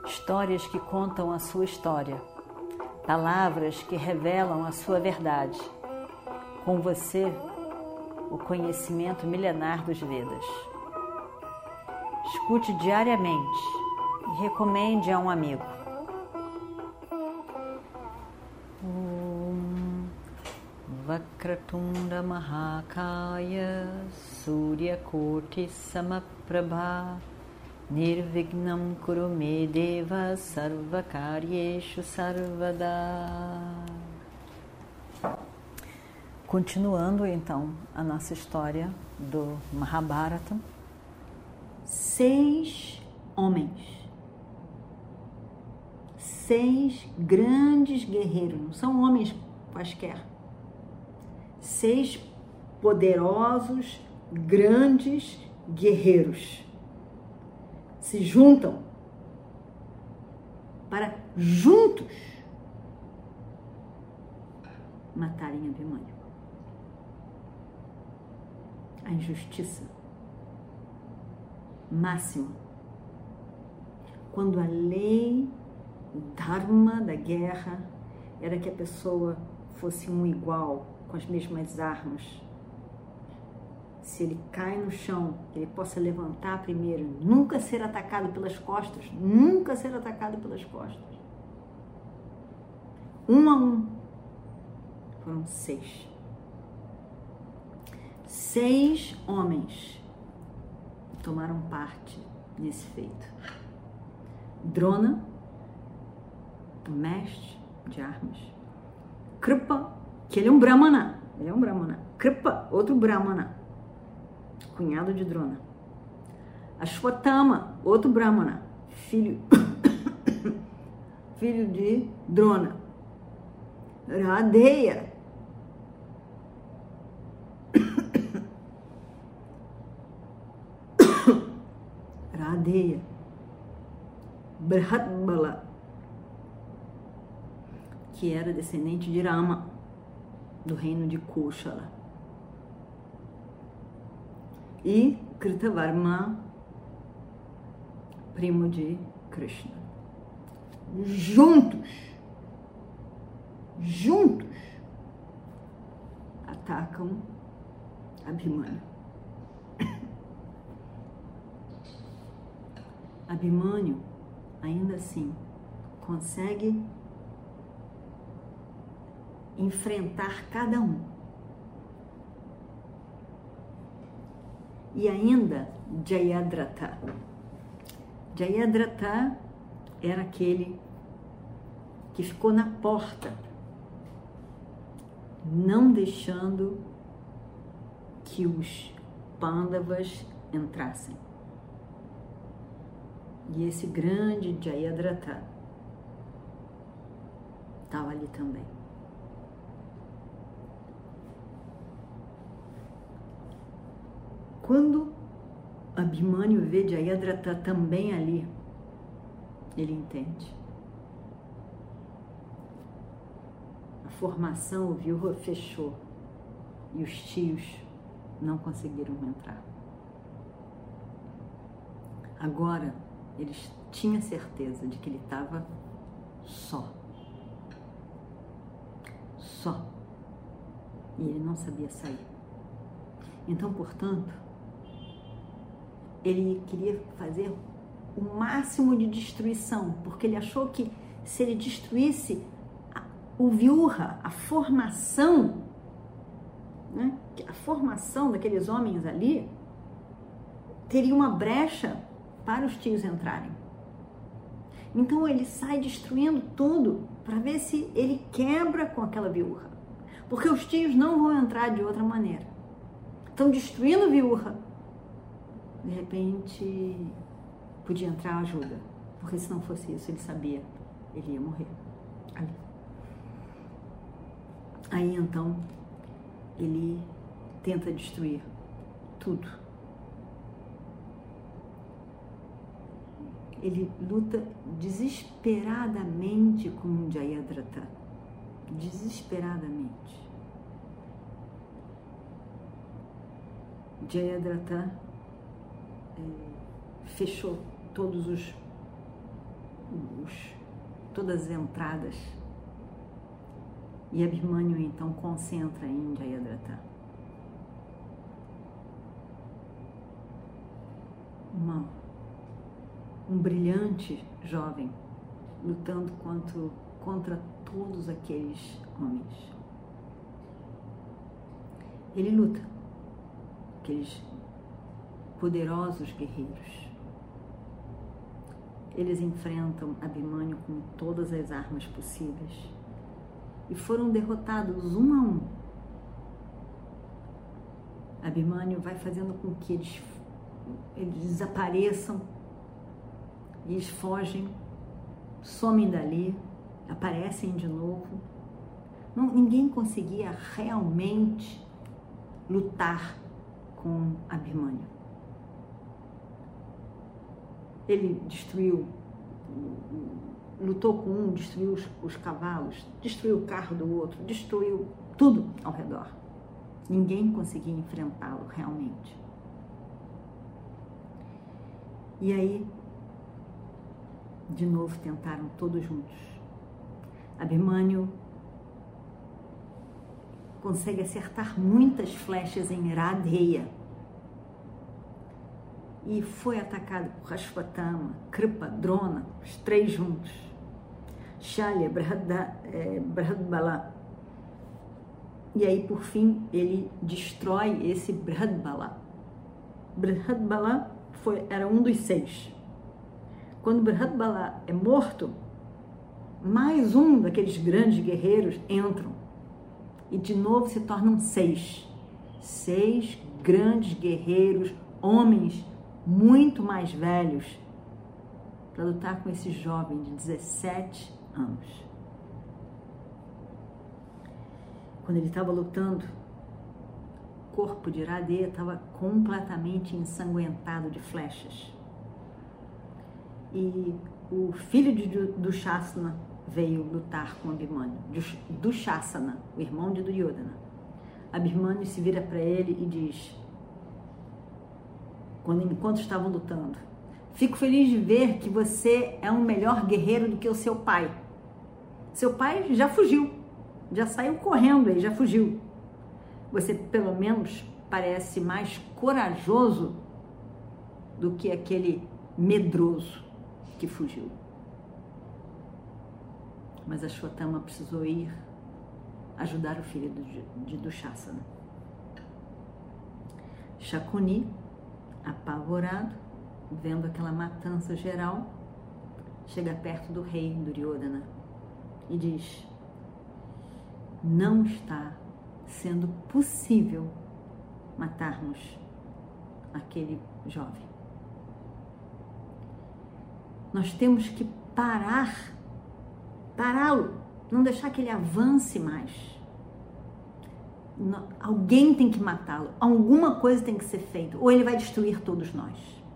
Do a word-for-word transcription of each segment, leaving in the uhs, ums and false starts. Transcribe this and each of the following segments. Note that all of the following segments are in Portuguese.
histórias que contam a sua história, palavras que revelam a sua verdade. Com você, o conhecimento milenar dos Vedas. Escute diariamente e recomende a um amigo. Om Vakratunda Mahakaya Suryakoti Samaprabha Nirvignam Kurume Deva Sarvakaryeshu Sarvada. Continuando então a nossa história do Mahabharata, seis homens, seis grandes guerreiros, não são homens quaisquer, seis poderosos, grandes guerreiros se juntam para juntos matarem Abhimanyu. A injustiça máxima, quando a lei, o dharma da guerra era que a pessoa fosse um igual, com as mesmas armas. Se ele cai no chão, que ele possa levantar primeiro, nunca ser atacado pelas costas, nunca ser atacado pelas costas. Um a um, foram seis. Seis homens tomaram parte nesse feito. Drona, o mestre de armas. Kripa, que ele é um Brahmana, ele é um Brahmana. Kripa, outro Brahmana, cunhado de Drona. Ashwatthama, outro Brahmana, filho, filho de Drona. Radeya, Radeya, Brihatbala, que era descendente de Rama, do reino de Koshala, e Kritavarma, primo de Krishna. Juntos, juntos, atacam Abhimanyu. Abhimanyu, ainda assim, consegue enfrentar cada um. E ainda Jayadratha. Jayadratha era aquele que ficou na porta, não deixando que os Pandavas entrassem. E esse grande Jayadratha estava ali também. Quando Abhimanyu vê Jayadratha também ali, ele entende. A formação, o Vyuha fechou e os tios não conseguiram entrar. Agora, eles tinham certeza de que ele estava só. Só. E ele não sabia sair. Então, portanto, ele queria fazer o máximo de destruição, porque ele achou que se ele destruísse a, o Vyuha, a formação, né, a formação daqueles homens ali, teria uma brecha para os tios entrarem. Então ele sai destruindo tudo para ver se ele quebra com aquela Vyuha, porque os tios não vão entrar de outra maneira. Estão destruindo Vyuha. De repente podia entrar ajuda, porque se não fosse isso ele sabia, ele ia morrer ali. Aí então ele tenta destruir tudo. Ele luta desesperadamente com Jayadratha, desesperadamente. Jayadratha é, fechou todos os os, todas as entradas. E Abhimanyu então concentra em Jayadratha. Uma, um brilhante jovem lutando contra, contra todos aqueles homens. Ele luta, aqueles poderosos guerreiros. Eles enfrentam Abhimanyu com todas as armas possíveis e foram derrotados um a um. Abhimanyu vai fazendo com que eles, eles desapareçam, e eles fogem, somem dali, aparecem de novo. Não, ninguém conseguia realmente lutar com Abhimanyu. Ele destruiu, lutou com um, destruiu os, os cavalos, destruiu o carro do outro, destruiu tudo ao redor. Ninguém conseguia enfrentá-lo realmente. E aí, de novo, tentaram todos juntos. Abhimanyu consegue acertar muitas flechas em Radheya e foi atacado por Ashwatthama, Kripa, Drona, os três juntos, Shalya, Brihadbala. E aí, por fim, ele destrói esse Brihadbala. Brihadbala foi, era um dos seis. Quando Brihadbala é morto, mais um daqueles grandes guerreiros entram e de novo se tornam seis. Seis grandes guerreiros, homens muito mais velhos, para lutar com esse jovem de dezessete anos. Quando ele estava lutando, o corpo de Radheya estava completamente ensanguentado de flechas. E o filho de Dushasana veio lutar com Abhimanyu. Dushasana, o irmão de Duryodhana. Abhimanyu se vira para ele e diz, quando, enquanto estavam lutando: fico feliz de ver que você é um melhor guerreiro do que o seu pai. Seu pai já fugiu, já saiu correndo aí, já fugiu. Você pelo menos parece mais corajoso do que aquele medroso que fugiu. Mas Ashwatthama precisou ir ajudar o filho de Dushasana. Shakuni, apavorado, vendo aquela matança geral, chega perto do rei Duryodhana e diz: não está sendo possível matarmos aquele jovem. Nós temos que parar, pará-lo, não deixar que ele avance mais. Alguém tem que matá-lo, alguma coisa tem que ser feita, ou ele vai destruir todos nós.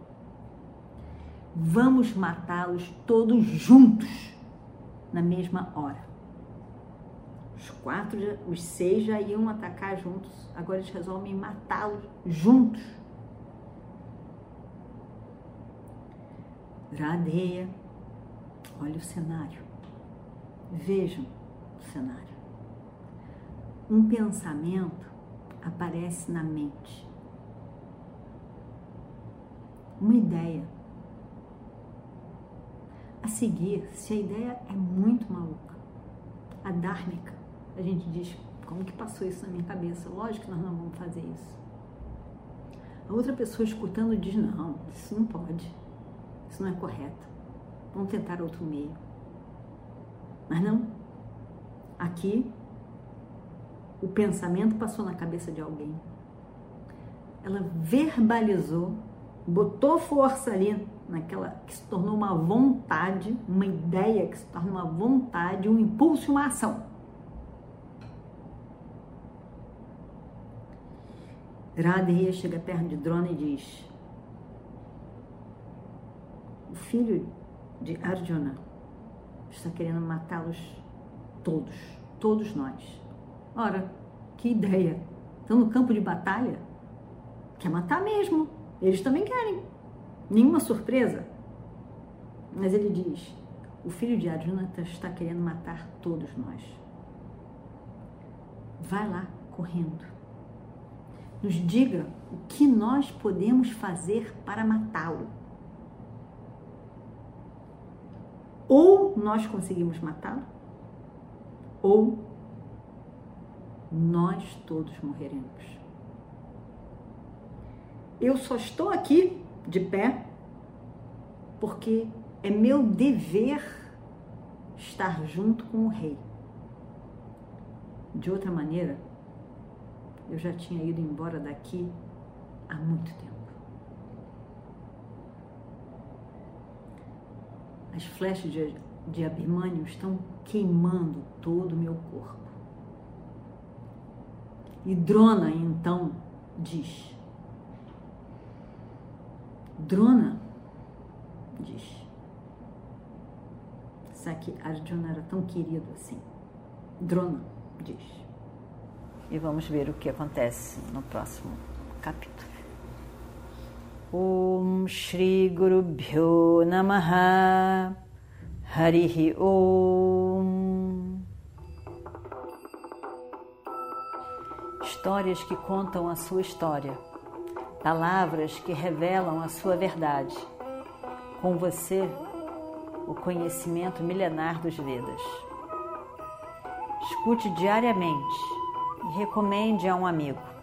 Vamos matá-los todos juntos, na mesma hora. Os quatro, os seis já iam atacar juntos, agora eles resolvem matá-los juntos. Radheya, olha o cenário, vejam o cenário. Um pensamento aparece na mente, uma ideia. A seguir, se a ideia é muito maluca, a dharmika, a gente diz: como que passou isso na minha cabeça? Lógico que nós não vamos fazer isso. A outra pessoa escutando diz: não, isso não pode, isso não é correto, vamos tentar outro meio. Mas não, aqui o pensamento passou na cabeça de alguém, ela verbalizou, botou força ali naquela que se tornou uma vontade, uma ideia que se torna uma vontade, um impulso, uma ação. Radheya chega perto de Drona e diz: o filho de Arjuna está querendo matá-los todos, todos nós. Ora, que ideia! Estão no campo de batalha, quer matar mesmo, eles também querem. Nenhuma surpresa. Mas ele diz: O filho de Arjuna está querendo matar todos nós. Vai lá, correndo. Nos diga o que nós podemos fazer para matá-lo. Ou nós conseguimos matá-lo, ou nós todos morreremos. Eu só estou aqui de pé porque é meu dever estar junto com o rei. De outra maneira, eu já tinha ido embora daqui há muito tempo. As flechas de, de Abhimanyu estão queimando todo o meu corpo. E Drona, então, diz. Drona diz. Sabe que Arjuna era tão querido assim. Drona diz. E vamos ver o que acontece no próximo capítulo. Om Shri Guru Bhyo Namaha Harihi Om. Histórias que contam a sua história, palavras que revelam a sua verdade. Com você, o conhecimento milenar dos Vedas. Escute diariamente e recomende a um amigo.